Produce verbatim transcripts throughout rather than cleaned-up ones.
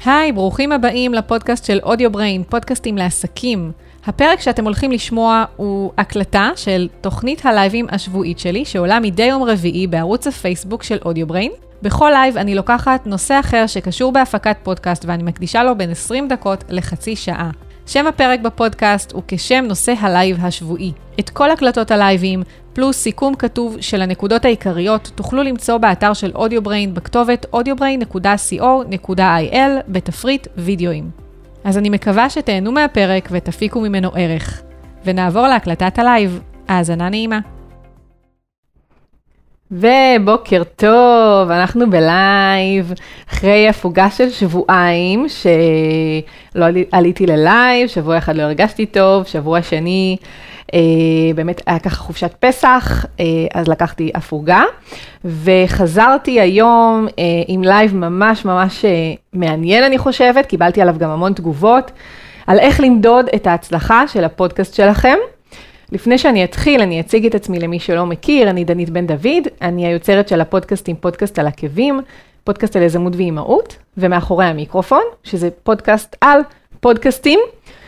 היי, ברוכים הבאים לפודקאסט של אודיובריין, פודקאסטים לעסקים. הפרק שאתם הולכים לשמוע הוא הקלטה של תוכנית הלייבים השבועית שלי, שעולה מדי יום רביעי בערוץ הפייסבוק של אודיובריין. בכל לייב אני לוקחת נושא אחר שקשור בהפקת פודקאסט, ואני מקדישה לו בין עשרים דקות לחצי שעה. שם הפרק בפודקאסט הוא כשם נושא הלייב השבועי. את כל הקלטות הלייבים, פלוס סיכום כתוב של הנקודות העיקריות, תוכלו למצוא באתר של אודיובריין בכתובת אודיובריין נקודה סי או נקודה איי אל בתפריט וידאוים. אז אני מקווה שתהנו מהפרק ותפיקו ממנו ערך. ונעבור להקלטת הלייב. האזנה נעימה. ובוקר טוב, אנחנו בלייב, אחרי הפוגה של שבועיים, שלא עליתי ללייב, שבוע אחד לא הרגשתי טוב, שבוע שני, אה, באמת היה ככה חופשת פסח, אה, אז לקחתי הפוגה, וחזרתי היום אה, עם לייב ממש ממש אה, מעניין אני חושבת, קיבלתי עליו גם המון תגובות, על איך למדוד את ההצלחה של הפודקאסט שלכם. לפני שאני אתחיל, אני אציג את עצמי למי שלא מכיר, אני דנית בן דוד, אני היוצרת של הפודקאסטים, פודקאסט על עקבים, פודקאסט על יזמות ואימהות, ומאחורי המיקרופון, שזה פודקאסט על פודקאסטים.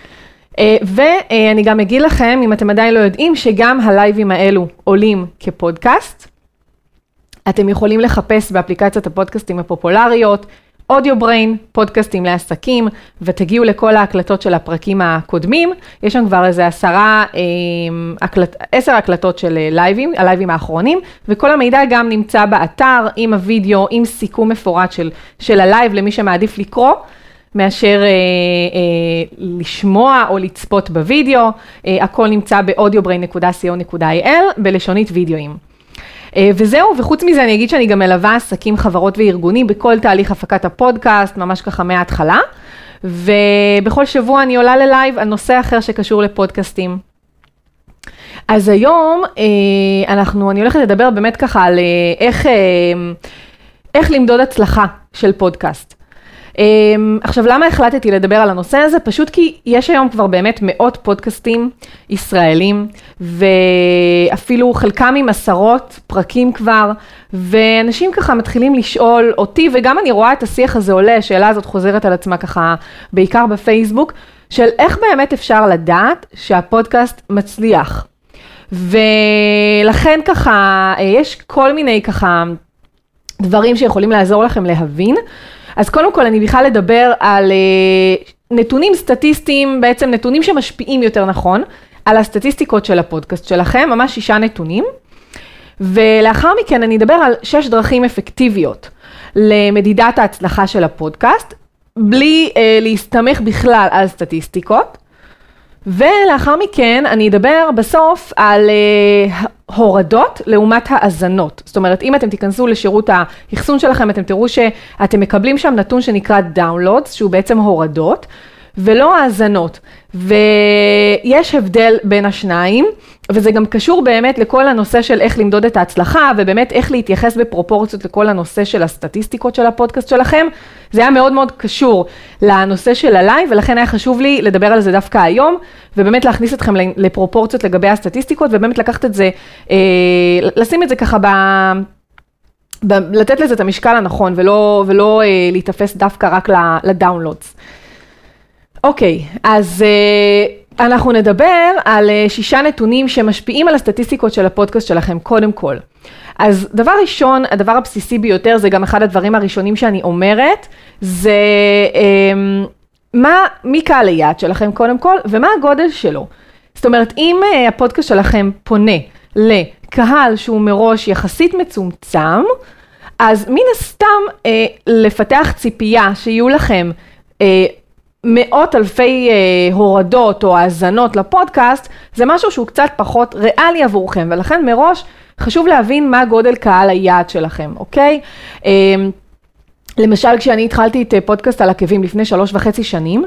ואני גם אגיד לכם, אם אתם עדיין לא יודעים, שגם הלייבים האלו עולים כפודקאסט. אתם יכולים לחפש באפליקציית הפודקאסטים הפופולריות, אודיובריין, פודקאסטים לעסקים, ותגיעו לכל ההקלטות של הפרקים הקודמים. יש שם כבר איזה עשרה, הקלט, עשר הקלטות של לייבים, הלייבים האחרונים, וכל המידע גם נמצא באתר עם הוידאו, עם סיכום מפורט של, של הלייב, למי שמעדיף לקרוא, מאשר אה, אה, לשמוע או לצפות בוידאו. אה, הכל נמצא ב-אודיובריין נקודה סי או נקודה איי אל, בלשונית וידאוים. וזהו, וחוץ מזה אני אגיד שאני גם מלווה עסקים, חברות וארגונים בכל תהליך הפקת הפודקאסט, ממש ככה מההתחלה, ובכל שבוע אני עולה ללייב על נושא אחר שקשור לפודקאסטים. אז היום אנחנו, אני הולכת לדבר באמת ככה על איך, איך למדוד הצלחה של פודקאסט. עכשיו, למה החלטתי לדבר על הנושא הזה? פשוט כי יש היום כבר באמת מאות פודקאסטים ישראלים, ואפילו חלקם עם עשרות פרקים כבר, ואנשים ככה מתחילים לשאול אותי, וגם אני רואה את השיח הזה עולה, השאלה הזאת חוזרת על עצמה ככה, בעיקר בפייסבוק, של איך באמת אפשר לדעת שהפודקאסט מצליח. ולכן ככה, יש כל מיני ככה דברים שיכולים לעזור לכם להבין. אז קודם כל אני בכלל לדבר על uh, נתונים סטטיסטיים, בעצם נתונים שמשפיעים יותר נכון, על הסטטיסטיקות של הפודקאסט שלכם, ממש שישה נתונים. ולאחר מכן אני אדבר על שש דרכים אפקטיביות למדידת ההצלחה של הפודקאסט, בלי uh, להסתמך בכלל על סטטיסטיקות. ולאחר מכן אני אדבר בסוף על uh, הורדות לעומת האזנות. זאת אומרת, אם אתם תיכנסו לשירות האחסון שלכם, אתם תראו שאתם מקבלים שם נתון שנקרא downloads, שהוא בעצם הורדות, ולא האזנות. ויש הבדל בין השניים, וזה גם קשור באמת לכל הנושא של איך למדוד את ההצלחה, ובאמת איך להתייחס בפרופורציות לכל הנושא של הסטטיסטיקות של הפודקאסט שלכם. זה היה מאוד מאוד קשור לנושא של הלייב, ולכן היה חשוב לי לדבר על זה דווקא היום, ובאמת להכניס אתכם לפרופורציות לגבי הסטטיסטיקות, ובאמת לקחת את זה, לשים את זה ככה ב... לתת לזה את המשקל הנכון, ולא, ולא להתאפס דווקא רק לדאונלודס. אוקיי, אז uh, אנחנו נדבר על uh, שישה נתונים שמשפיעים על הסטטיסטיקות של הפודקאסט שלכם קודם כל. אז דבר ראשון, הדבר הבסיסי ביותר, זה גם אחד הדברים הראשונים שאני אומרת, זה um, מה, מי קהל היעד שלכם קודם כל, ומה הגודל שלו. זאת אומרת, אם uh, הפודקאסט שלכם פונה לקהל שהוא מראש יחסית מצומצם, אז מן הסתם uh, לפתח ציפייה שיהיו לכם uh, מאות אלפי אה, הורדות או האזנות לפודקאסט, זה משהו שהוא קצת פחות ריאלי עבורכם, ולכן מראש חשוב להבין מה גודל קהל היעד שלכם, אוקיי? אה, למשל, כשאני התחלתי את פודקאסט על עקבים לפני שלוש וחצי שנים,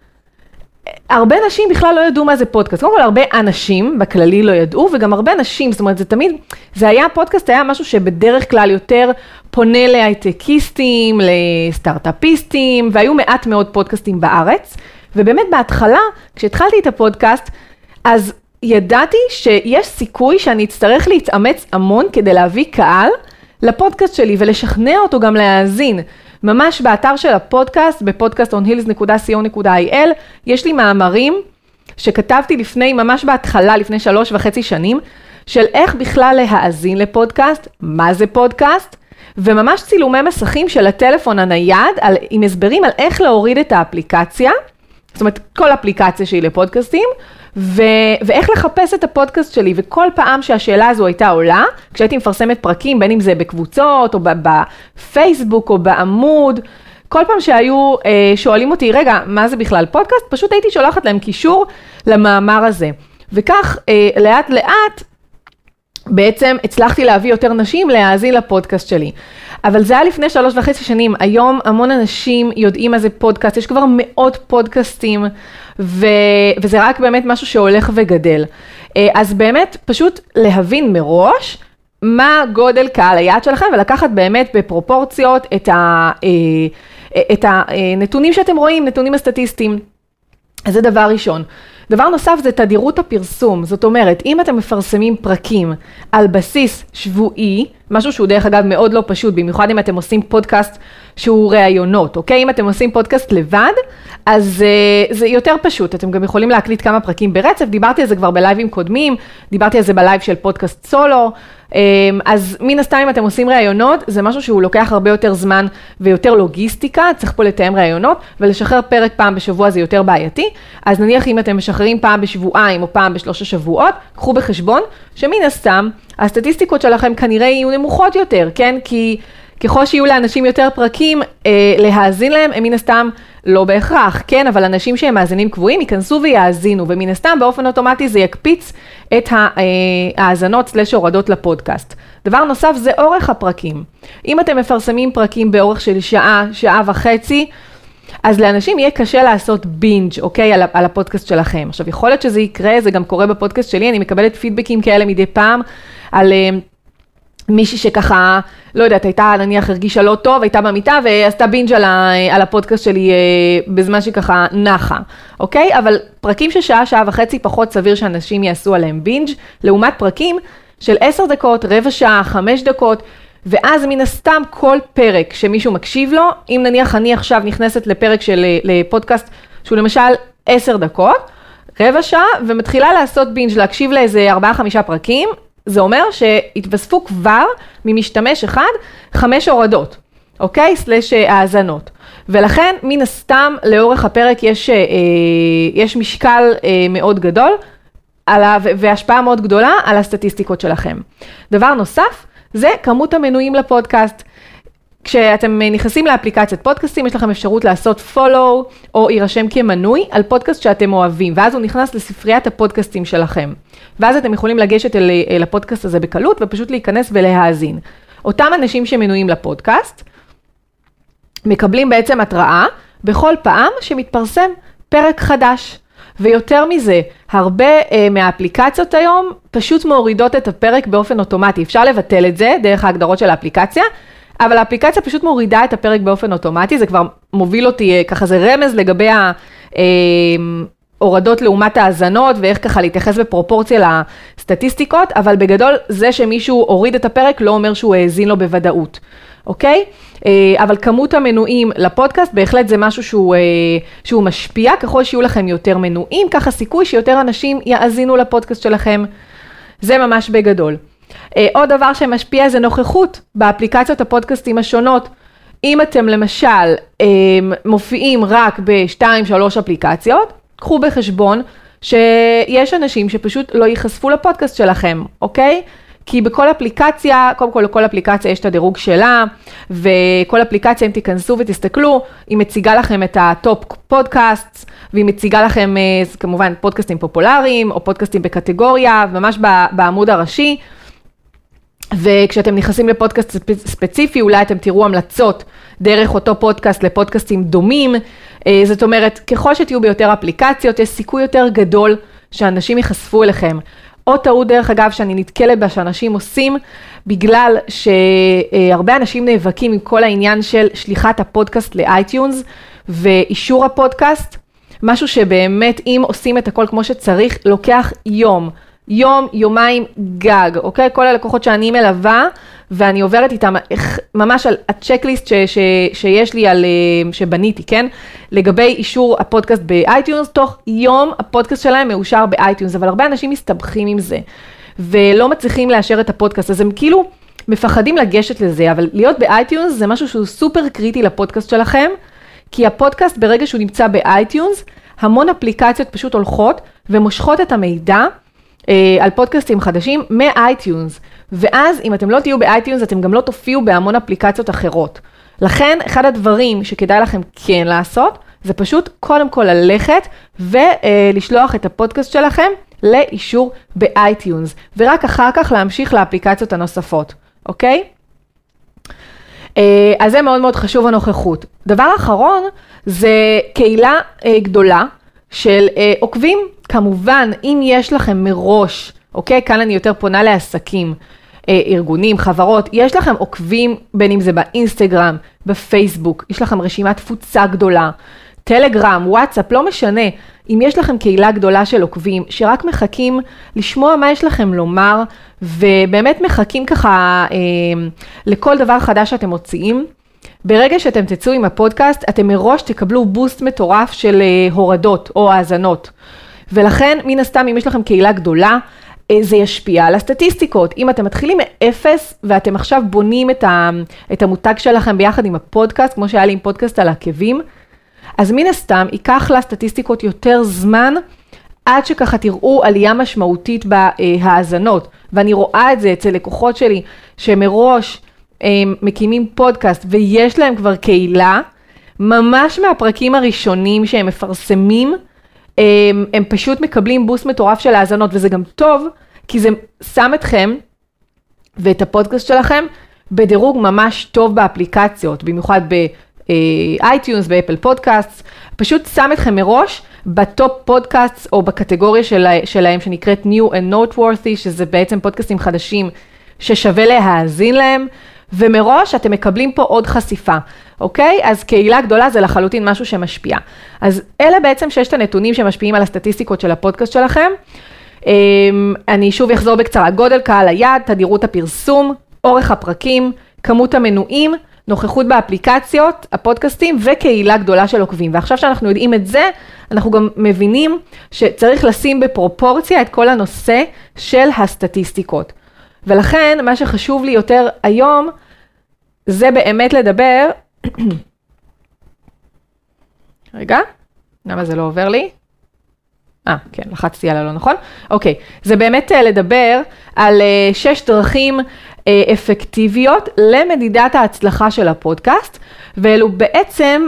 הרבה נשים בכלל לא ידעו מה זה פודקאסט. קודם כל, הרבה אנשים בכללי לא ידעו, וגם הרבה נשים, זאת אומרת, זה תמיד, זה היה, פודקאסט היה משהו שבדרך כלל יותר פונה להייטקיסטים, לסטארט-אפיסטים, והיו מעט מאוד פודקאסטים בארץ. ובאמת בהתחלה, כשהתחלתי את הפודקאסט, אז ידעתי שיש סיכוי שאני אצטרך להתאמץ המון כדי להביא קהל לפודקאסט שלי ולשכנע אותו גם להאזין. ממש באתר של הפודקאסט, בפודקאסט און הילס נקודה סי או נקודה איי אל, יש לי מאמרים שכתבתי לפני, ממש בהתחלה, לפני שלוש וחצי שנים, של איך בכלל להאזין לפודקאסט, מה זה פודקאסט, וממש צילומי מסכים של הטלפון הנייד, על, עם הסברים על איך להוריד את האפליקציה, זאת אומרת, כל אפליקציה שהיא לפודקאסטים, ו- ואיך לחפש את הפודקאסט שלי, וכל פעם שהשאלה הזו הייתה עולה, כשהייתי מפרסמת פרקים, בין אם זה בקבוצות, או בפייסבוק, או בעמוד, כל פעם שהיו אה, שואלים אותי, רגע, מה זה בכלל פודקאסט? פשוט הייתי שולחת להם קישור למאמר הזה. וכך, אה, לאט לאט, בעצם הצלחתי להביא יותר נשים להאזין לפודקאסט שלי. אבל זה היה לפני שלוש וחצי שנים. היום המון אנשים יודעים מה זה פודקאסט, יש כבר מאות פודקאסטים, ו... וזה רק באמת משהו שהולך וגדל. אז באמת פשוט להבין מראש מה גודל קהל היעד שלכם, ולקחת באמת בפרופורציות את, ה... את הנתונים שאתם רואים, נתונים הסטטיסטיים. אז זה דבר ראשון. דבר נוסף זה תדירות הפרסום, זאת אומרת, אם אתם מפרסמים פרקים על בסיס שבועי, משהו שהוא דרך אגב מאוד לא פשוט, במיוחד אם אתם עושים פודקאסט שהוא ראיונות, אוקיי? אם אתם עושים פודקאסט לבד, אז uh, זה יותר פשוט, אתם גם יכולים להקליט כמה פרקים ברצף, דיברתי על זה כבר בלייבים קודמים, דיברתי על זה בלייב של פודקאסט סולו, um, אז מן הסתם אם אתם עושים ראיונות, זה משהו שהוא לוקח הרבה יותר זמן ויותר לוגיסטיקה, צריך פה לתאם ראיונות, ולשחרר פרק פעם בשבוע זה יותר בעייתי, אז נניח אם אתם משחררים פעם בשבועיים או פעם בשלושה שבועות, קחו בחשבון שמן הסתם הסטטיסטיקות שלכם כנראה יהיו נמוכות יותר, כן? כי ככל שיהיו לאנשים יותר פרקים אה, להאזין להם, הם מן הסתם לא בהכרח, כן? אבל אנשים שהם מאזינים קבועים ייכנסו ויאזינו, ומן הסתם באופן אוטומטי זה יקפיץ את ההאזנות סלש הורדות לפודקאסט. דבר נוסף זה אורך הפרקים. אם אתם מפרסמים פרקים באורך של שעה, שעה וחצי, אז לאנשים יהיה קשה לעשות בינג', אוקיי, על, על הפודקאסט שלכם. עכשיו, יכול להיות שזה יקרה, זה גם קורה בפודקאסט שלי, אני מקבלת פידבקים כאלה מדי פעם, על uh, מישהי שככה, לא יודעת, הייתה נניח הרגישה לא טוב, הייתה במיטה ועשתה בינג' על, ה, על הפודקאסט שלי uh, בזמן שככה נחה, אוקיי? אבל פרקים של שעה, שעה וחצי פחות סביר שאנשים יעשו עליהם בינג', לעומת פרקים של עשר דקות, רבע שעה, חמש דקות, ואז מן הסתם כל פרק שמישהו מקשיב לו, אם נניח אני עכשיו נכנסת לפרק של לפודקאסט שהוא למשל עשר דקות, רבע שעה, ומתחילה לעשות בינג' להקשיב לאיזה ארבעה חמישה פרקים, זה אומר שהתווספו כבר ממשתמש אחד חמש הורדות, אוקיי? סלש האזנות. ולכן מן הסתם לאורך הפרק יש, אה, יש משקל אה, מאוד גדול, על ה, והשפעה מאוד גדולה על הסטטיסטיקות שלכם. דבר נוסף, זה כמות המנויים לפודקאסט. כשאתם נכנסים לאפליקציית פודקאסטים, יש לכם אפשרות לעשות follow או יירשם כמנוי על פודקאסט שאתם אוהבים, ואז הוא נכנס לספריית הפודקאסטים שלכם. ואז אתם יכולים לגשת אל, אל הפודקאסט הזה בקלות, ופשוט להיכנס ולהאזין. אותם אנשים שמנויים לפודקאסט, מקבלים בעצם התראה בכל פעם שמתפרסם פרק חדש. ויותר מזה, הרבה uh, מהאפליקציות היום פשוט מורידות את הפרק באופן אוטומטי. אפשר לבטל את זה דרך ההגדרות של האפליקציה, אבל האפליקציה פשוט מורידה את הפרק באופן אוטומטי, זה כבר מוביל אותי, uh, ככה זה רמז לגבי ההורדות uh, לעומת האזנות, ואיך ככה להתייחס בפרופורציה לסטטיסטיקות, אבל בגדול זה שמישהו הוריד את הפרק לא אומר שהוא האזין לו בוודאות. אוקיי? אבל כמות המנויים לפודקאסט, בהחלט זה משהו שהוא, שהוא משפיע, ככל שיהיו לכם יותר מנויים, ככה סיכוי שיותר אנשים יאזינו לפודקאסט שלכם. זה ממש בגדול. עוד דבר שמשפיע זה נוכחות באפליקציות הפודקאסטים השונות. אם אתם למשל מופיעים רק בשתיים, שלוש אפליקציות, קחו בחשבון שיש אנשים שפשוט לא ייחשפו לפודקאסט שלכם, אוקיי? כי בכל אפליקציה, קודם כל לכל אפליקציה יש את הדירוג שלה, וכל אפליקציה אם תיכנסו ותסתכלו, היא מציגה לכם את הטופ פודקאסט, והיא מציגה לכם כמובן פודקאסטים פופולריים, או פודקאסטים בקטגוריה, ממש בעמוד הראשי, וכשאתם נכנסים לפודקאסט ספציפי, אולי אתם תראו המלצות דרך אותו פודקאסט לפודקאסטים דומים, זאת אומרת, ככל שתהיו ביותר אפליקציות, יש סיכוי יותר גדול שאנשים ייחשפו אליכם. או טעות דרך אגב שאני נתקלת בה שאנשים עושים, בגלל שהרבה אנשים נאבקים עם כל העניין של שליחת הפודקאסט לאייטיונס ואישור הפודקאסט, משהו שבאמת אם עושים את הכל כמו שצריך, לוקח יום, יום, יומיים גג, אוקיי? כל הלקוחות שאני מלווה ואני עוברת איתם ממש על הצ'קליסט ש, ש, שיש לי, על, שבניתי, כן? לגבי אישור הפודקאסט באייטיונס, תוך יום הפודקאסט שלהם מאושר באייטיונס, אבל הרבה אנשים מסתבכים עם זה, ולא מצליחים לאשר את הפודקאסט, אז הם כאילו מפחדים לגשת לזה, אבל להיות באייטיונס זה משהו שהוא סופר קריטי לפודקאסט שלכם, כי הפודקאסט ברגע שהוא נמצא באייטיונס, המון אפליקציות פשוט הולכות ומושכות את המידע אה, על פודקאסטים חדשים מאייטיונס, ואז אם אתם לא תהיו באייטיונס, אתם גם לא תופיעו בהמון אפליקציות אחרות. לכן, אחד הדברים שכדאי לכם כן לעשות, זה פשוט קודם כל ללכת ולשלוח את הפודקאסט שלכם לאישור באייטיונס, ורק אחר כך להמשיך לאפליקציות הנוספות, אוקיי? אז זה מאוד מאוד חשוב הנוכחות. דבר אחרון, זה קהילה גדולה של עוקבים. כמובן, אם יש לכם מראש, אוקיי? כאן אני יותר פונה לעסקים, ארגונים, חברות, יש לכם עוקבים, בין אם זה באינסטגרם, בפייסבוק, יש לכם רשימת תפוצה גדולה, טלגרם, וואטסאפ, לא משנה. אם יש לכם קהילה גדולה של עוקבים, שרק מחכים לשמוע מה יש לכם לומר, ובאמת מחכים ככה אה, לכל דבר חדש שאתם מוציאים, ברגע שאתם תצאו עם הפודקאסט, אתם מראש תקבלו בוסט מטורף של אה, הורדות או האזנות. ולכן, מן הסתם, אם יש לכם קהילה גדולה, אה, זה ישפיע על הסטטיסטיקות. אם אתם מתחילים מאפס, ואתם עכשיו בונים את, ה, את המותג שלכם ביחד עם הפודקאסט, כמו שהיה לי עם פודקאסט על העקבים, אז מן הסתם ייקח לה סטטיסטיקות יותר זמן, עד שככה תראו עלייה משמעותית בהאזנות. ואני רואה את זה אצל לקוחות שלי, שמראש הם מקימים פודקאסט, ויש להם כבר קהילה, ממש מהפרקים הראשונים שהם מפרסמים, הם, הם פשוט מקבלים בוסט מטורף של האזנות, וזה גם טוב, כי זה שם אתכם, ואת הפודקאסט שלכם, בדירוג ממש טוב באפליקציות, במיוחד ב... אייטיונס, באפל פודקאסט, פשוט שם אתכם מראש בטופ פודקאסט או בקטגוריה שלהם שנקראת New and Noteworthy, שזה בעצם פודקאסטים חדשים ששווה להאזין להם, ומראש אתם מקבלים פה עוד חשיפה, אוקיי? אז קהילה גדולה זה לחלוטין משהו שמשפיע. אז אלה בעצם ששת הנתונים שמשפיעים על הסטטיסטיקות של הפודקאסט שלכם. אני שוב אחזור בקצרה, גודל קהל היעד, תדירות הפרסום, אורך הפרקים, כמות המנויים, נוכחות באפליקציות, הפודקאסטים וקהילה גדולה של עוקבים. ועכשיו שאנחנו יודעים את זה, אנחנו גם מבינים שצריך לשים בפרופורציה את כל הנושא של הסטטיסטיקות. ולכן מה שחשוב לי יותר היום, זה באמת לדבר, רגע, למה זה לא עובר לי? אה, כן, לחצתי על הלא נכון. אוקיי, זה באמת לדבר על שש דרכים אפקטיביות למדידת ההצלחה של הפודקאסט, ואלו בעצם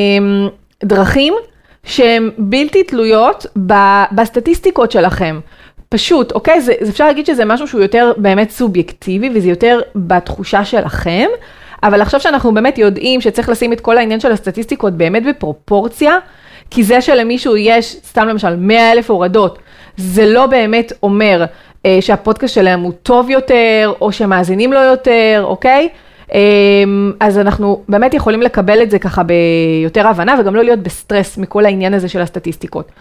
דרכים שהן בלתי תלויות בסטטיסטיקות שלכם. פשוט, אוקיי? זה, זה אפשר להגיד שזה משהו שהוא יותר באמת סובייקטיבי, וזה יותר בתחושה שלכם, אבל עכשיו שאנחנו באמת יודעים שצריך לשים את כל העניין של הסטטיסטיקות באמת בפרופורציה, כי זה שלמישהו יש, סתם למשל, מאה אלף הורדות, זה לא באמת אומר אה, שהפודקאסט שלהם הוא טוב יותר, או שמאזינים לו יותר, אוקיי? אה, אז אנחנו באמת יכולים לקבל את זה ככה ביותר הבנה, וגם לא להיות בסטרס מכל העניין הזה של הסטטיסטיקות.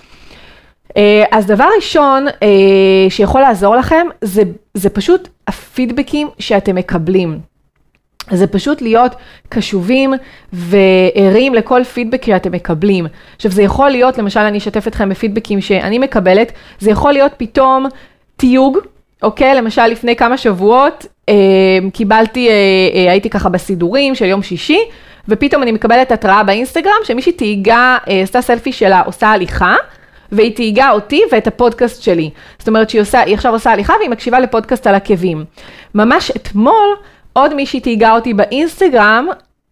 אה, אז דבר ראשון אה, שיכול לעזור לכם, זה, זה פשוט הפידבקים שאתם מקבלים. זה פשוט להיות קשובים וערים לכל פידבק שאתם מקבלים. עכשיו זה יכול להיות, למשל אני אשתף אתכם בפידבקים שאני מקבלת, זה יכול להיות פתאום תיוג, אוקיי? למשל לפני כמה שבועות אה, קיבלתי, אה, אה, הייתי ככה בסידורים של יום שישי, ופתאום אני מקבלת התראה באינסטגרם שמישהי תהיגה, אה, עשתה סלפי שלה, עושה הליכה, והיא תהיגה אותי ואת הפודקאסט שלי. זאת אומרת שהיא עושה, היא עכשיו עושה הליכה והיא מקשיבה לפודקאסט על עקבים. ממש אתמול, עוד מישהי תהיגה אותי באינסטגרם,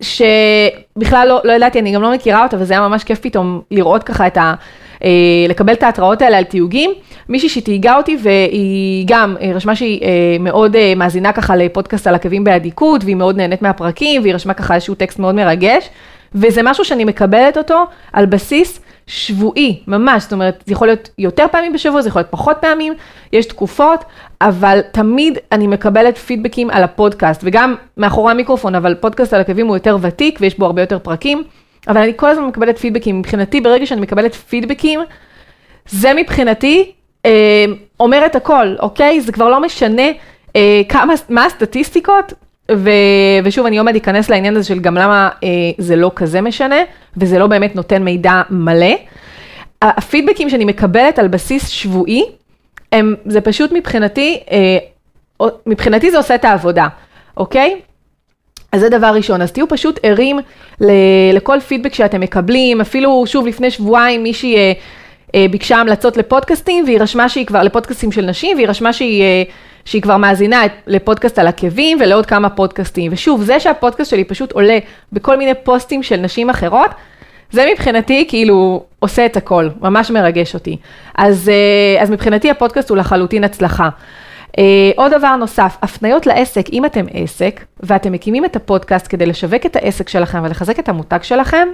שבכלל לא, לא ידעתי, אני גם לא מכירה אותה, וזה היה ממש כיף פתאום לראות ככה את ה... לקבל את ההתראות האלה על תיוגים. מישהי שתהיגה אותי, והיא גם רשמה שהיא מאוד מאזינה ככה לפודקאסט על עקבים באדיקות, והיא מאוד נהנית מהפרקים, והיא רשמה ככה איזשהו טקסט מאוד מרגש, וזה משהו שאני מקבלת אותו על בסיס שבועי, ממש, זאת אומרת, זה יכול להיות יותר פעמים בשבוע, זה יכול להיות פחות פעמים, יש תקופות, אבל תמיד אני מקבלת פידבקים על הפודקאסט, וגם מאחורי המיקרופון, אבל פודקאסט על עקבים הוא יותר ותיק, ויש בו הרבה יותר פרקים, אבל אני כל הזמן מקבלת פידבקים, מבחינתי, ברגע שאני מקבלת פידבקים, זה מבחינתי אה, אומר את הכל, אוקיי? זה כבר לא משנה כמה, מה הסטטיסטיקות? ו, ושוב, אני עומד להיכנס לעניין הזה של גם למה אה, זה לא כזה משנה, וזה לא באמת נותן מידע מלא. הפידבקים שאני מקבלת על בסיס שבועי, הם, זה פשוט מבחינתי, אה, מבחינתי זה עושה את העבודה, אוקיי? אז זה דבר ראשון, אז תהיו פשוט ערים ל, לכל פידבק שאתם מקבלים, אפילו שוב לפני שבועיים מישהי אה, אה, ביקשה המלצות לפודקאסטים, והיא רשמה שהיא כבר, לפודקאסטים של נשים, והיא רשמה שהיא... אה, שהיא כבר מאזינה לפודקאסט על עקבים ולעוד כמה פודקאסטים. ושוב, זה שהפודקאסט שלי פשוט עולה בכל מיני פוסטים של נשים אחרות, זה מבחינתי כאילו עושה את הכל, ממש מרגש אותי. אז, אז מבחינתי הפודקאסט הוא לחלוטין הצלחה. עוד דבר נוסף, הפניות לעסק, אם אתם עסק ואתם מקימים את הפודקאסט כדי לשווק את העסק שלכם ולחזק את המותג שלכם,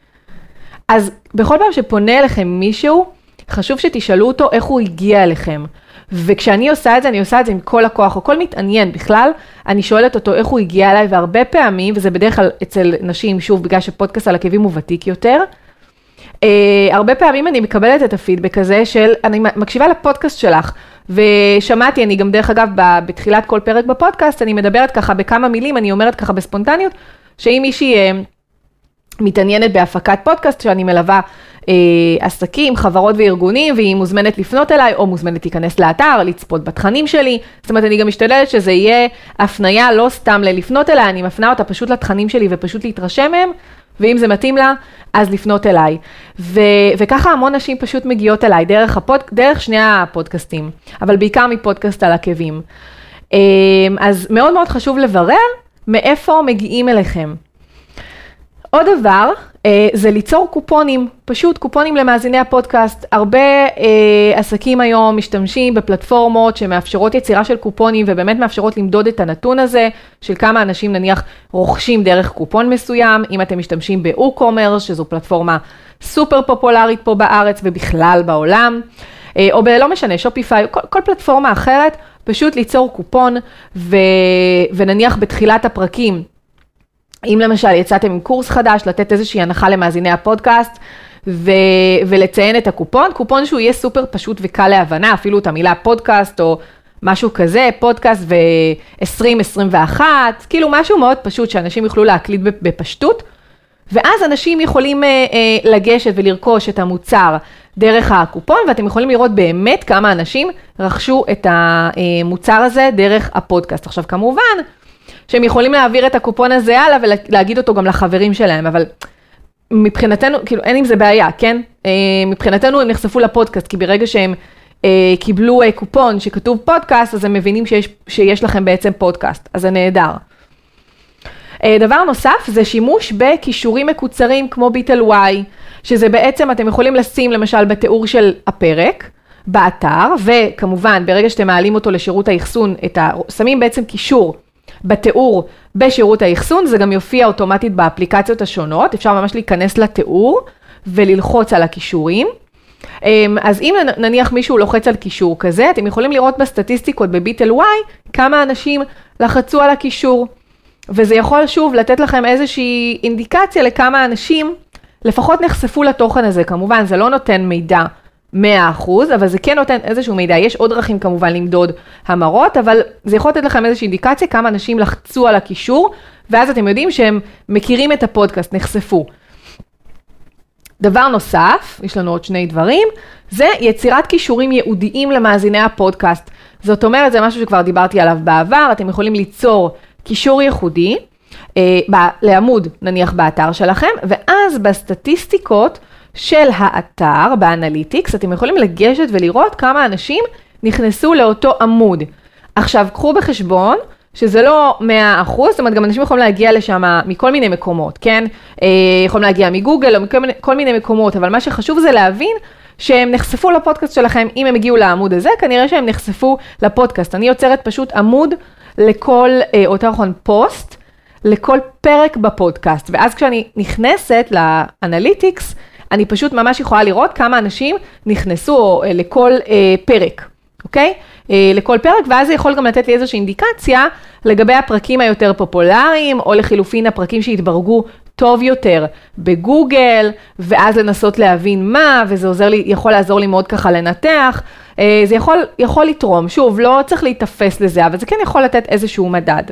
אז בכל פעם שפונה אליכם מישהו, חשוב שתשאלו אותו איך הוא הגיע אליכם. וכשאני עושה את זה, אני עושה את זה עם כל הכוח, או כל מתעניין בכלל, אני שואלת אותו איך הוא הגיע אליי, והרבה פעמים, וזה בדרך כלל אצל נשים, שוב, בגלל שפודקאסט על עקבים הוא ותיק יותר, אה, הרבה פעמים אני מקבלת את הפידבק הזה של, אני מקשיבה לפודקאסט שלך, ושמעתי, אני גם דרך אגב, בתחילת כל פרק בפודקאסט, אני מדברת ככה בכמה מילים, אני אומרת ככה בספונטניות, שאם מישהי אה, מתעניינת בהפקת פודקאסט, שאני מלווה, עסקים, חברות וארגונים, והיא מוזמנת לפנות אליי, או מוזמנת להיכנס לאתר, לצפות בתכנים שלי. זאת אומרת, אני גם משתדלת שזה יהיה הפניה, לא סתם ללפנות אליי, אני מפנה אותה פשוט לתכנים שלי, ופשוט להתרשם מהם, ואם זה מתאים לה, אז לפנות אליי. ו- וככה המון נשים פשוט מגיעות אליי, דרך, הפוד- דרך שני הפודקאסטים, אבל בעיקר מפודקאסט על עקבים. אז מאוד מאוד חשוב לברר, מאיפה מגיעים אליכם. עוד דבר, זה ליצור קופונים, פשוט קופונים למאזיני הפודקאסט. הרבה אה, עסקים היום משתמשים בפלטפורמות שמאפשרות יצירה של קופונים, ובאמת מאפשרות למדוד את הנתון הזה, של כמה אנשים נניח רוכשים דרך קופון מסוים, אם אתם משתמשים ב-WooCommerce, שזו פלטפורמה סופר פופולרית פה בארץ ובכלל בעולם, אה, או בלא משנה, שופיפיי, כל, כל פלטפורמה אחרת, פשוט ליצור קופון, ו, ונניח בתחילת הפרקים, אם למשל יצאתם עם קורס חדש, לתת איזושהי הנחה למאזיני הפודקאסט, ו- ולציין את הקופון, קופון שהוא יהיה סופר פשוט וקל להבנה, אפילו את המילה פודקאסט או משהו כזה, פודקאסט ו-עשרים עשרים ואחת, כאילו משהו מאוד פשוט שאנשים יוכלו להקליט בפשטות, ואז אנשים יכולים אה, אה, לגשת ולרכוש את המוצר דרך הקופון, ואתם יכולים לראות באמת כמה אנשים רכשו את המוצר הזה דרך הפודקאסט. עכשיו כמובן, שהם יכולים להעביר את הקופון הזה הלאה ולהגיד אותו גם לחברים שלהם, אבל מבחינתנו, כאילו אין עם זה בעיה, כן? מבחינתנו הם נחשפו לפודקאסט, כי ברגע שהם קיבלו קופון שכתוב פודקאסט, אז הם מבינים שיש, שיש לכם בעצם פודקאסט, אז זה נהדר. דבר נוסף זה שימוש בכישורים מקוצרים כמו ביטל וואי, שזה בעצם אתם יכולים לשים למשל בתיאור של הפרק, באתר, וכמובן ברגע שאתם מעלים אותו לשירות האחסון, את ה... שמים בעצם קישור, בתיאור בשירות האחסון, זה גם יופיע אוטומטית באפליקציות השונות, אפשר ממש להיכנס לתיאור וללחוץ על הכישורים. אז אם נניח מישהו לוחץ על קישור כזה, אתם יכולים לראות בסטטיסטיקות בביטל וואי כמה אנשים לחצו על הקישור, וזה יכול שוב לתת לכם איזושהי אינדיקציה לכמה אנשים לפחות נחשפו לתוכן הזה. כמובן זה לא נותן מידע מאה אחוז, אבל זה כן נותן איזשהו מידע. יש עוד דרכים כמובן למדוד המרות, אבל זה יכול לתת לכם איזושהי אינדיקציה כמה אנשים לחצו על הקישור, ואז אתם יודעים שהם מכירים את הפודקאסט, נחשפו. דבר נוסף, יש לנו עוד שני דברים, זה יצירת קישורים ייעודיים למאזיני הפודקאסט. זאת אומרת, זה משהו שכבר דיברתי עליו בעבר, אתם יכולים ליצור קישור ייחודי, אה, לעמוד נניח באתר שלכם, ואז בסטטיסטיקות, של האתר, באנליטיקס, אתם יכולים לגשת ולראות כמה אנשים נכנסו לאותו עמוד. עכשיו, קחו בחשבון שזה לא מאה אחוז, זאת אומרת, גם אנשים יכולים להגיע לשם מכל מיני מקומות, כן? יכולים להגיע מגוגל או מכל מיני מקומות, אבל מה שחשוב זה להבין שהם נחשפו לפודקאסט שלכם, אם הם הגיעו לעמוד הזה, כנראה שהם נחשפו לפודקאסט. אני יוצרת פשוט עמוד לכל, או יותר נכון פוסט, לכל פרק בפודקאסט, ואז כשאני נכנסת לאנליטיקס, אני פשוט ממש יכולה לראות כמה אנשים נכנסו לכל אה, פרק, אוקיי? אה, לכל פרק, ואז זה יכול גם לתת לי איזושהי אינדיקציה לגבי הפרקים היותר פופולריים, או לחילופין הפרקים שהתברגו טוב יותר בגוגל, ואז לנסות להבין מה, וזה עוזר לי, יכול לעזור לי מאוד ככה לנתח, זה יכול, יכול לתרום. שוב, לא צריך להתאפס לזה, אבל זה כן יכול לתת איזשהו מדד.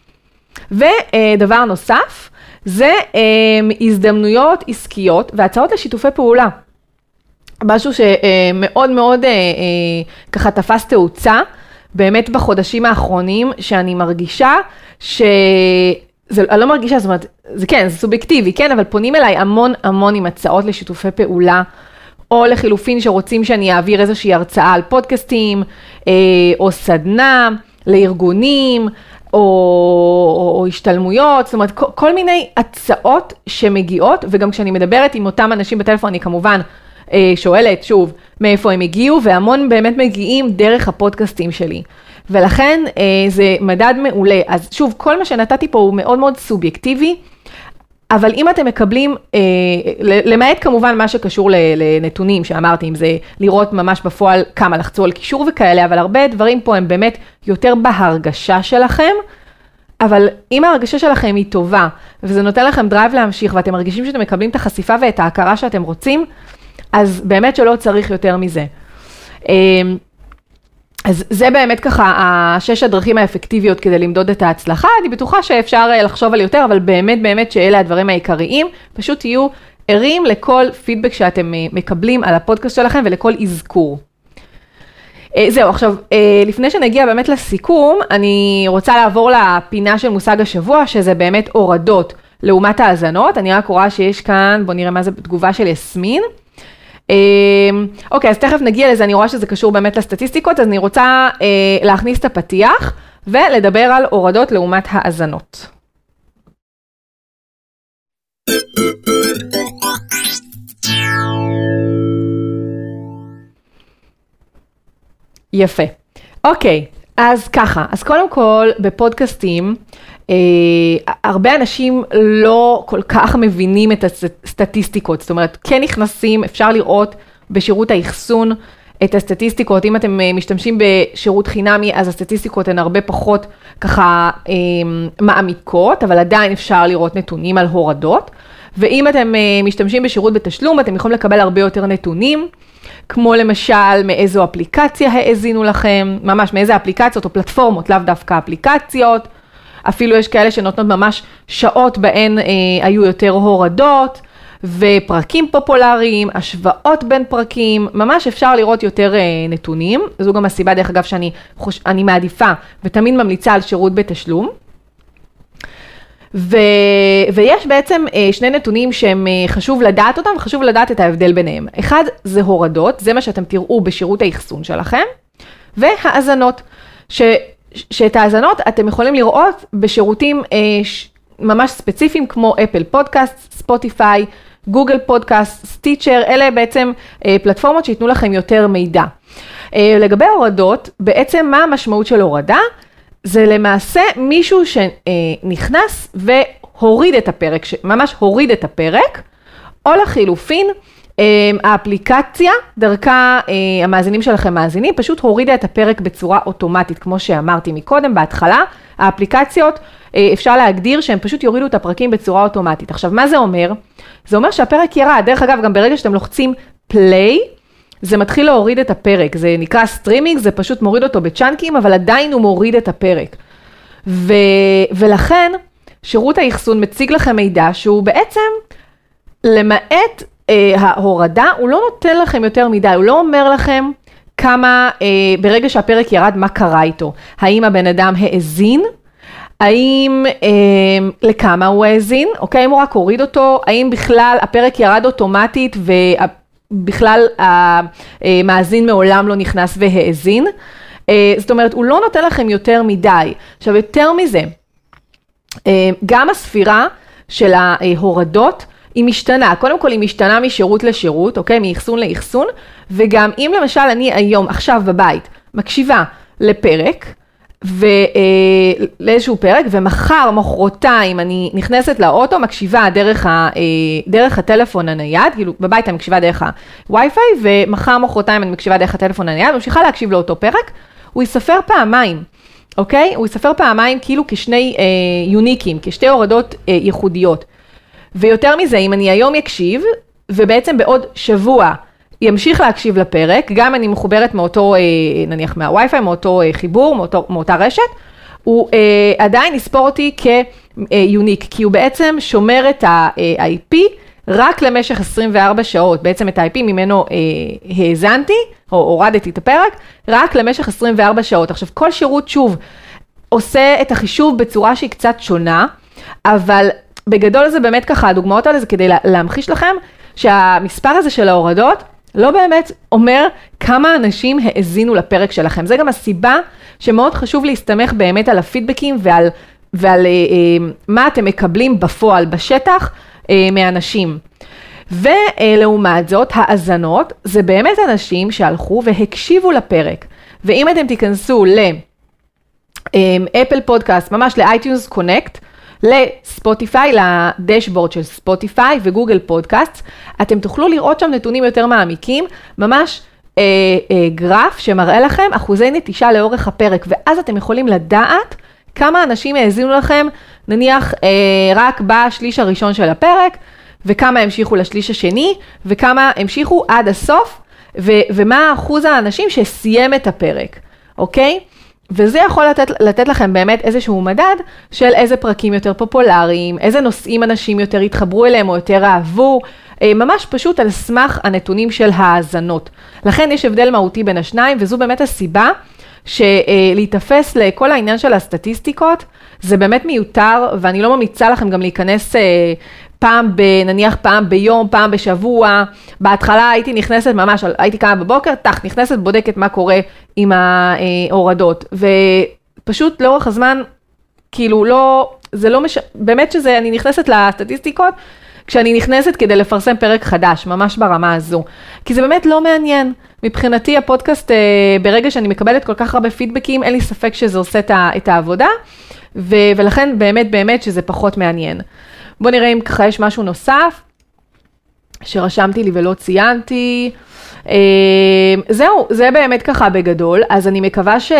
ודבר נוסף, זה הזדמנויות עסקיות והצעות לשיתופי פעולה. משהו שמאוד מאוד ככה תפס תאוצה, באמת בחודשים האחרונים, שאני מרגישה ש... זה, אני לא מרגישה, זאת אומרת, זה כן, זה סובייקטיבי, כן, אבל פונים אליי המון המון עם הצעות לשיתופי פעולה, או לחילופין שרוצים שאני אעביר איזושהי הרצאה על פודקאסטים, או סדנה לארגונים, או, או, או השתלמויות, זאת אומרת, כל, כל מיני הצעות שמגיעות, וגם כשאני מדברת עם אותם אנשים בטלפון, אני כמובן שואלת שוב, מאיפה הם הגיעו, והמון באמת מגיעים דרך הפודקאסטים שלי. ולכן זה מדד מעולה. אז שוב, כל מה שנתתי פה הוא מאוד מאוד סובייקטיבי, אבל אם אתם מקבלים, למעט כמובן מה שקשור לנתונים שאמרתי, אם זה לראות ממש בפועל כמה לחצו על קישור וכאלה, אבל הרבה דברים פה הם באמת יותר בהרגשה שלכם, אבל אם ההרגשה שלכם היא טובה, וזה נותן לכם דרייב להמשיך, ואתם מרגישים שאתם מקבלים את החשיפה ואת ההכרה שאתם רוצים, אז באמת שלא צריך יותר מזה. אז זה באמת ככה, השש הדרכים האפקטיביות כדי למדוד את ההצלחה. אני בטוחה שאפשר לחשוב על יותר, אבל באמת באמת שאלה הדברים העיקריים. פשוט תהיו ערים לכל פידבק שאתם מקבלים על הפודקאסט שלכם ולכל אזכור. זהו, עכשיו, לפני שנגיע באמת לסיכום, אני רוצה לעבור לפינה של מושג השבוע, שזה באמת הורדות לעומת האזנות. אני רק רואה שיש כאן, בואו נראה מה זה תגובה של יסמין. אוקיי, אז תכף נגיע לזה, אני רואה שזה קשור באמת לסטטיסטיקות, אז אני רוצה להכניס את הפתיח ולדבר על הורדות לעומת האזנות. יפה. אוקיי, אז ככה, אז קודם כל בפודקאסטים, הרבה אנשים לא כל כך מבינים את הסטטיסטיקות, זאת אומרת, כן נכנסים, אפשר לראות בשירות האחסון את הסטטיסטיקות, אם אתם משתמשים בשירות חינמי, אז הסטטיסטיקות הן הרבה פחות ככה מעמיקות, אבל עדיין אפשר לראות נתונים על הורדות, ואם אתם משתמשים בשירות בתשלום, אתם יכולים לקבל הרבה יותר נתונים, כמו למשל מאיזו אפליקציה האזינו לכם, ממש מאיזה אפליקציות או פלטפורמות, לאו דווקא אפליקציות, אפילו יש כאלה שנותנות ממש שעות בהן אה, היו יותר הורדות, ופרקים פופולריים, השוואות בין פרקים, ממש אפשר לראות יותר אה, נתונים. זו גם הסיבה דרך אגב שאני חוש... אני מעדיפה ותמיד ממליצה על שירות בתשלום. ו... ויש בעצם אה, שני נתונים שהם אה, חשוב לדעת אותם, וחשוב לדעת את ההבדל ביניהם. אחד זה הורדות, זה מה שאתם תראו בשירות האחסון שלכם, והאזנות, ש... שאת האזנות אתם יכולים לראות בשירותים אה, ש... ממש ספציפיים כמו אפל פודקאסט, ספוטיפיי, גוגל פודקאסט, סטיצ'ר, אלה בעצם אה, פלטפורמות שיתנו לכם יותר מידע. אה, לגבי הורדות, בעצם מה המשמעות של הורדה? זה למעשה מישהו שנכנס והוריד את הפרק, ממש הוריד את הפרק, או לחילופין, האפליקציה, דרכה המאזינים שלכם מאזינים, פשוט הורידה את הפרק בצורה אוטומטית, כמו שאמרתי מקודם, בהתחלה, האפליקציות, אפשר להגדיר שהם פשוט יורידו את הפרקים בצורה אוטומטית. עכשיו, מה זה אומר? זה אומר שהפרק ירד, דרך אגב, גם ברגע שאתם לוחצים פליי, זה מתחיל להוריד את הפרק, זה נקרא סטרימינג, זה פשוט מוריד אותו בצ'אנקים, אבל עדיין הוא מוריד את הפרק. ו... ולכן, שירות האחסון מציג לכם מידע שהוא בעצם, למעט אה, ההורדה, הוא לא נותן לכם יותר מידע, הוא לא אומר לכם כמה, אה, ברגע שהפרק ירד, מה קרה איתו. האם הבן אדם האזין? האם, אה, לכמה הוא האזין? אוקיי, אם הוא רק הוריד אותו, האם בכלל הפרק ירד אוטומטית וה... בכלל המאזין מעולם לא נכנס והאזין. זאת אומרת, הוא לא נותן לכם יותר מדי. עכשיו, יותר מזה, גם הספירה של ההורדות היא משתנה. קודם כל, היא משתנה משירות לשירות, אוקיי? מאחסון לאחסון, וגם אם למשל אני היום, עכשיו בבית, מקשיבה לפרק, ולאיזשהו פרק, ומחר, מחרתיים, אני נכנסת לאוטו, מקשיבה דרך, ה, דרך הטלפון הנייד, כאילו בבית אני מקשיבה דרך הווי-פיי, ומחר, מחרתיים אני מקשיבה דרך הטלפון הנייד, ממשיכה להקשיב לאותו פרק, הוא יספר פעמיים, אוקיי? הוא יספר פעמיים כאילו כשני אה, יוניקים, כשתי הורדות אה, ייחודיות. ויותר מזה, אם אני היום יקשיב, ובעצם בעוד שבוע ימשיך להקשיב לפרק, גם אני מחוברת מאותו, נניח מהווי-פיי, מאותו חיבור, מאותו, מאותה רשת, הוא עדיין יספור אותי כיוניק, כי הוא בעצם שומר את ה-איי פי רק למשך עשרים וארבע שעות, בעצם את ה-איי פי ממנו האזנתי, או הורדתי את הפרק, רק למשך עשרים וארבע שעות. עכשיו, כל שירות שוב עושה את החישוב בצורה שהיא קצת שונה, אבל בגדול זה באמת ככה, הדוגמאות האלה זה כדי להמחיש לכם, שהמספר הזה של ההורדות לא באמת אומר כמה אנשים האזינו לפרק שלכם. זה גם הסיבה שמאוד חשוב להסתמך באמת על הפידבקים ועל, ועל אה, מה אתם מקבלים בפועל, בשטח, אה, מאנשים. ולעומת זאת, האזנות זה באמת אנשים שהלכו והקשיבו לפרק. ואם אתם תיכנסו לאפל פודקאסט, ממש לאייטיונס קונקט, לספוטיפיי, לדשבורד של ספוטיפיי וגוגל פודקאסט, אתם תוכלו לראות שם נתונים יותר מעמיקים, ממש אה, אה, גרף שמראה לכם אחוזי נטישה לאורך הפרק, ואז אתם יכולים לדעת כמה אנשים האזינו לכם, נניח אה, רק בשליש הראשון של הפרק, וכמה המשיכו לשליש השני, וכמה המשיכו עד הסוף, ו- ומה אחוז האנשים שסיים את הפרק, אוקיי? וזה יכול לתת, לתת לכם באמת איזשהו מדד של איזה פרקים יותר פופולריים, איזה נושאים אנשים יותר התחברו אליהם או יותר אהבו, ממש פשוט על סמך הנתונים של האזנות. לכן יש הבדל מהותי בין השניים, וזו באמת הסיבה שלהתאפס לכל העניין של הסטטיסטיקות, זה באמת מיותר, ואני לא ממיצה לכם גם להיכנס פעם, נניח פעם ביום, פעם בשבוע. בהתחלה הייתי נכנסת ממש, הייתי קמה בבוקר, תח, נכנסת, בודקת מה קורה עם ההורדות. ופשוט לאורך הזמן, כאילו לא, זה לא מש... באמת שזה, אני נכנסת לסטטיסטיקות, כשאני נכנסת כדי לפרסם פרק חדש, ממש ברמה הזו. כי זה באמת לא מעניין. מבחינתי הפודקאסט, ברגע שאני מקבלת כל כך הרבה פידבקים, אין לי ספק שזה עושה את העבודה, ו... ולכן באמת באמת שזה פחות מעניין. בוא נראה אם ככה יש משהו נוסף, שרשמתי לי ולא ציינתי. זהו, זה באמת ככה בגדול, אז אני מקווה ש...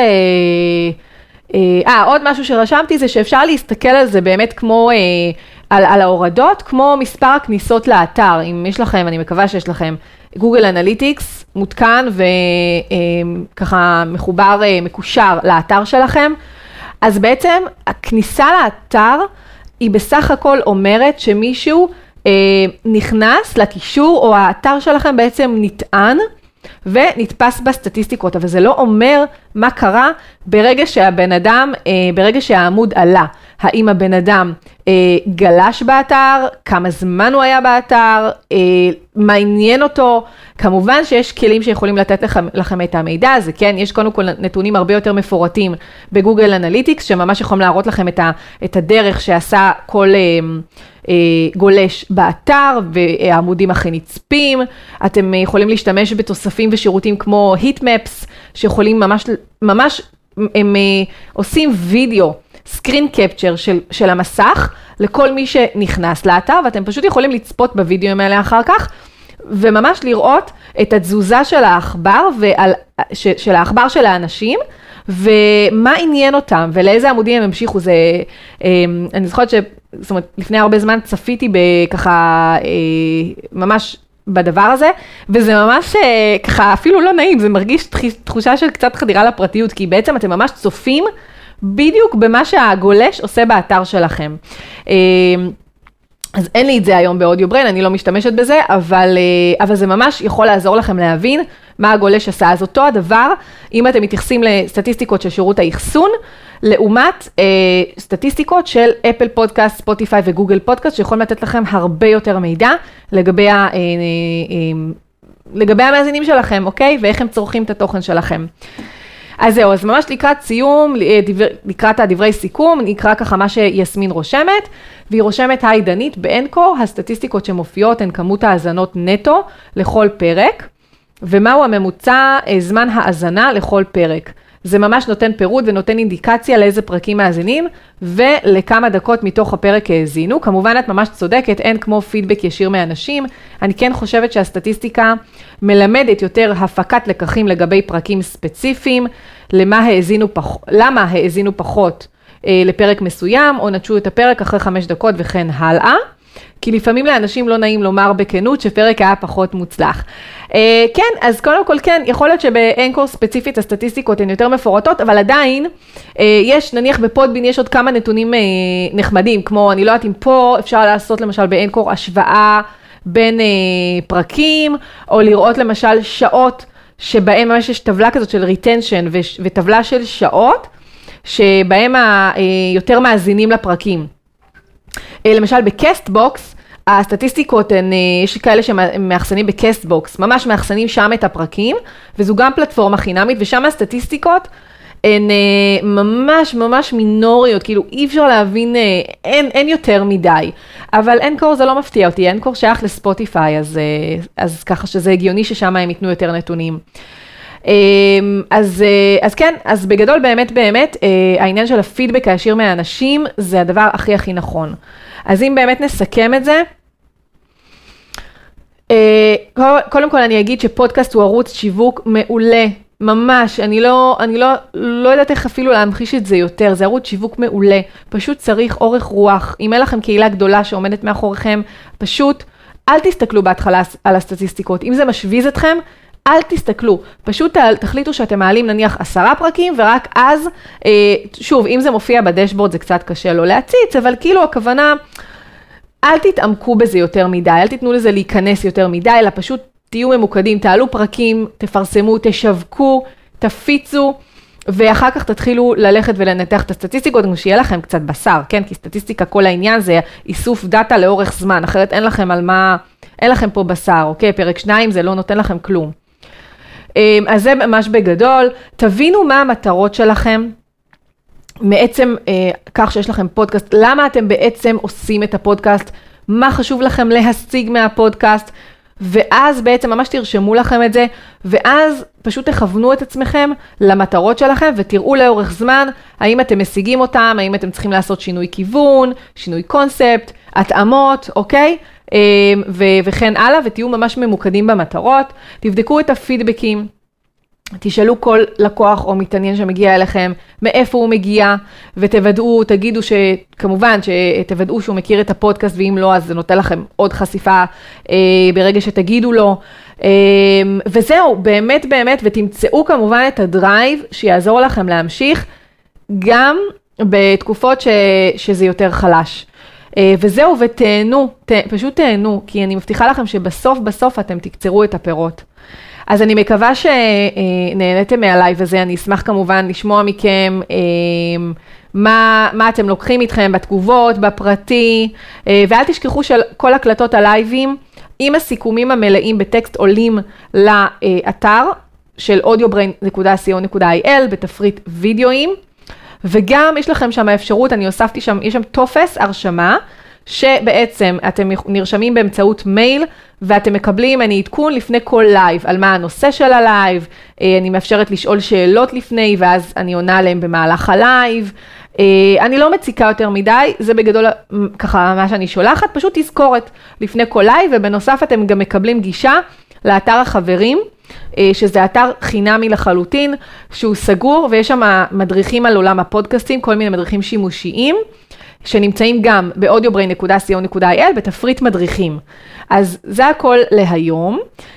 אה, עוד משהו שרשמתי זה שאפשר להסתכל על זה באמת כמו, על, על ההורדות, כמו מספר הכניסות לאתר. אם יש לכם, אני מקווה שיש לכם, גוגל אנליטיקס מותקן וככה מחובר, מקושר לאתר שלכם, אז בעצם הכניסה לאתר, היא בסך הכל אומרת שמישהו אה, נכנס לקישור, או האתר שלכם בעצם נטען, ונתפס בסטטיסטיקות, אבל זה לא אומר מה קרה ברגע שהבן אדם, אה, ברגע שהעמוד עלה. האם הבן אדם אה, גלש באתר, כמה זמן הוא היה באתר, אה, מה עניין אותו. כמובן שיש כלים שיכולים לתת לכם, לכם את המידע הזה, כן? יש קודם כל נתונים הרבה יותר מפורטים בגוגל אנליטיקס, שממש יכולים להראות לכם את, ה, את הדרך שעשה כל אה, אה, גולש באתר, והעמודים הכי נצפים. אתם יכולים להשתמש בתוספים ושירותים כמו היטמפס, שיכולים ממש, ממש, הם אה, עושים וידאו, סקרין קפצ'ר של, של המסך, לכל מי שנכנס לאתר, ואתם פשוט יכולים לצפות בווידאוים האלה אחר כך, וממש לראות את התזוזה של האחבר, ועל, ש, של האחבר של האנשים, ומה עניין אותם, ולאיזה עמודים הם המשיכו. זה, אני זוכרת ש, זאת אומרת, לפני הרבה זמן צפיתי בככה, ממש בדבר הזה, וזה ממש ככה, אפילו לא נעים, זה מרגיש תחושה של קצת חדירה לפרטיות, כי בעצם אתם ממש צופים, בדיוק במה שהגולש עושה באתר שלכם. אז אין לי את זה היום באודיו בריין, אני לא משתמשת בזה, אבל, אבל זה ממש יכול לעזור לכם להבין מה הגולש עשה. אז אותו הדבר, אם אתם מתייחסים לסטטיסטיקות של שירות האחסון, לעומת אה, סטטיסטיקות של אפל פודקאסט, ספוטיפיי וגוגל פודקאסט, שיכולים לתת לכם הרבה יותר מידע לגבי, ה, אה, אה, לגבי המאזינים שלכם, אוקיי? ואיך הם צורכים את התוכן שלכם. אז זהו, אז ממש לקראת סיום, דבר, לקראת הדברי סיכום, נקרא ככה מה שיסמין רושמת, והיא רושמת, היי דנית, באנקור, הסטטיסטיקות שמופיעות הן כמות האזנות נטו לכל פרק, ומהו הממוצע זמן האזנה לכל פרק. זה ממש נותן פירוט ונותן אינדיקציה לאיזה פרקים מאזינים, ולכמה דקות מתוך הפרק האזינו. כמובן את ממש צודקת, אין כמו פידבק ישיר מאנשים. אני כן חושבת שהסטטיסטיקה מלמדת יותר הפקת לקחים לגבי פרקים ספציפיים, למה האזינו פח... למה האזינו פחות אה, לפרק מסוים, או נטשו את הפרק אחרי חמש דקות וכן הלאה. כי לפעמים לאנשים לא נעים לומר בכנות שפרק היה פחות מוצלח. Uh, כן, אז קודם כל כן, יכול להיות שבאנקור ספציפית הסטטיסטיקות הן יותר מפורטות, אבל עדיין uh, יש, נניח בפודבין יש עוד כמה נתונים uh, נחמדים, כמו אני לא יודעת אם פה אפשר לעשות למשל באנקור השוואה בין uh, פרקים, או לראות למשל שעות שבהם ממש יש טבלה כזאת של retention ו- וטבלה של שעות, שבהם ה- uh, יותר מאזינים לפרקים. Uh, למשל בקסטבוקס, הסטטיסטיקות הן, יש כאלה שמאחסנים בקסטבוקס, ממש מאחסנים שם את הפרקים, וזו גם פלטפורמה חינמית, ושם הסטטיסטיקות הן ממש ממש מינוריות, כאילו אי אפשר להבין, אין, אין יותר מדי. אבל אנקור זה לא מפתיע אותי, אנקור שייך לספוטיפיי, אז, אז ככה שזה הגיוני ששם הם ייתנו יותר נתונים. אז, אז כן, אז בגדול באמת באמת, העניין של הפידבק הישיר מהאנשים, זה הדבר הכי הכי נכון. אז אם באמת נסכם את זה, קודם כל אני אגיד שפודקאסט הוא ערוץ שיווק מעולה, ממש, אני לא, אני לא, לא יודעת איך אפילו להמחיש את זה יותר, זה ערוץ שיווק מעולה, פשוט צריך אורך רוח, אם אין לכם קהילה גדולה שעומדת מאחוריכם, פשוט אל תסתכלו בהתחלה על הסטטיסטיקות, אם זה משוויז אתכם, אל תסתכלו, פשוט תחליטו שאתם מעלים נניח עשרה פרקים, ורק אז, שוב, אם זה מופיע בדשבורד זה קצת קשה לא להציץ, אבל כאילו הכוונה, אל תתעמקו בזה יותר מדי, אל תיתנו לזה להיכנס יותר מדי, אלא פשוט תהיו ממוקדים, תעלו פרקים, תפרסמו, תשווקו, תפיצו, ואחר כך תתחילו ללכת ולנתח את הסטטיסטיקות, גם שיהיה לכם קצת בשר, כן? כי סטטיסטיקה, כל העניין זה איסוף דאטה לאורך זמן, אחרת אין לכם על מה, אין לכם פה בשר, אוקיי? פרק שניים זה לא נותן לכם כלום. אז זה ממש בגדול, תבינו מה המטרות שלכם, מעצם אה, כך שיש לכם פודקאסט, למה אתם בעצם עושים את הפודקאסט, מה חשוב לכם להשיג מהפודקאסט, ואז בעצם ממש תרשמו לכם את זה, ואז פשוט תכוונו את עצמכם למטרות שלכם, ותראו לאורך זמן, האם אתם משיגים אותם, האם אתם צריכים לעשות שינוי כיוון, שינוי קונספט, התאמות, אוקיי? אה, ו- וכן הלאה, ותהיו ממש ממוקדים במטרות, תבדקו את הפידבקים, תשאלו כל לקוח או מתעניין שמגיע אליכם, מאיפה הוא מגיע, ותוודאו, תגידו שכמובן שתוודאו שהוא מכיר את הפודקאסט, ואם לא, אז זה נותן לכם עוד חשיפה אה, ברגע שתגידו לו. אה, וזהו, באמת באמת, ותמצאו כמובן את הדרייב שיעזור לכם להמשיך, גם בתקופות ש, שזה יותר חלש. אה, וזהו, ותהנו, ת, פשוט תהנו, כי אני מבטיחה לכם שבסוף בסוף אתם תקצרו את הפירות. אז אני מקווה שנהנתם מהלייב הזה, אני אשמח כמובן לשמוע מכם מה, מה אתם לוקחים איתכם בתגובות, בפרטי, ואל תשכחו שכל הקלטות הלייבים עם הסיכומים המלאים בטקסט עולים לאתר של אודיובריין נקודה סי או נקודה איי אל בתפריט וידאוים, וגם יש לכם שם האפשרות, אני הוספתי שם, יש שם טופס הרשמה, שבעצם אתם נרשמים באמצעות מייל, ואתם מקבלים אני עדכון לפני כל לייב, על מה הנושא של הלייב, אני מאפשרת לשאול שאלות לפני, ואז אני עונה עליהם במהלך הלייב, אני לא מציקה יותר מדי, זה בגדול ככה מה שאני שולחת, פשוט תזכורת לפני כל לייב, ובנוסף אתם גם מקבלים גישה לאתר החברים, שזה אתר חינמי לחלוטין, שהוא סגור, ויש שם מדריכים על עולם הפודקאסטים, כל מיני מדריכים שימושיים, שנמצאים גם ב-אודיובריין נקודה סי או נקודה איי אל בתפריט מדריכים. אז זה הכל להיום.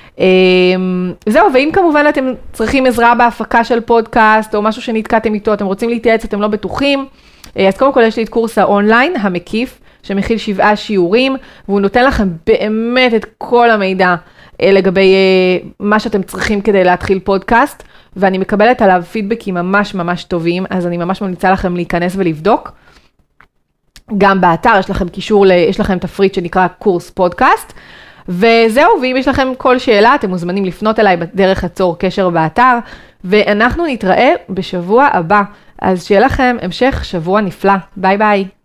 זהו, ואם כמובן אתם צריכים עזרה בהפקה של פודקאסט, או משהו שנתקעתם איתו, אתם רוצים להתייעץ, אתם לא בטוחים, אז קודם כל יש לי את קורס האונליין המקיף, שמכיל שבעה שיעורים, והוא נותן לכם באמת את כל המידע לגבי מה שאתם צריכים כדי להתחיל פודקאסט, ואני מקבלת עליו פידבקים ממש ממש טובים, אז אני ממש ממליצה לכם להיכנס ולבדוק. גם באתר יש לכם קישור, יש לכם תפריט שנקרא קורס פודקאסט, וזהו, ואם יש לכם כל שאלה, אתם מוזמנים לפנות אליי בדרך הצור קשר באתר, ואנחנו נתראה בשבוע הבא. אז שיהיה לכם המשך שבוע נפלא. ביי ביי.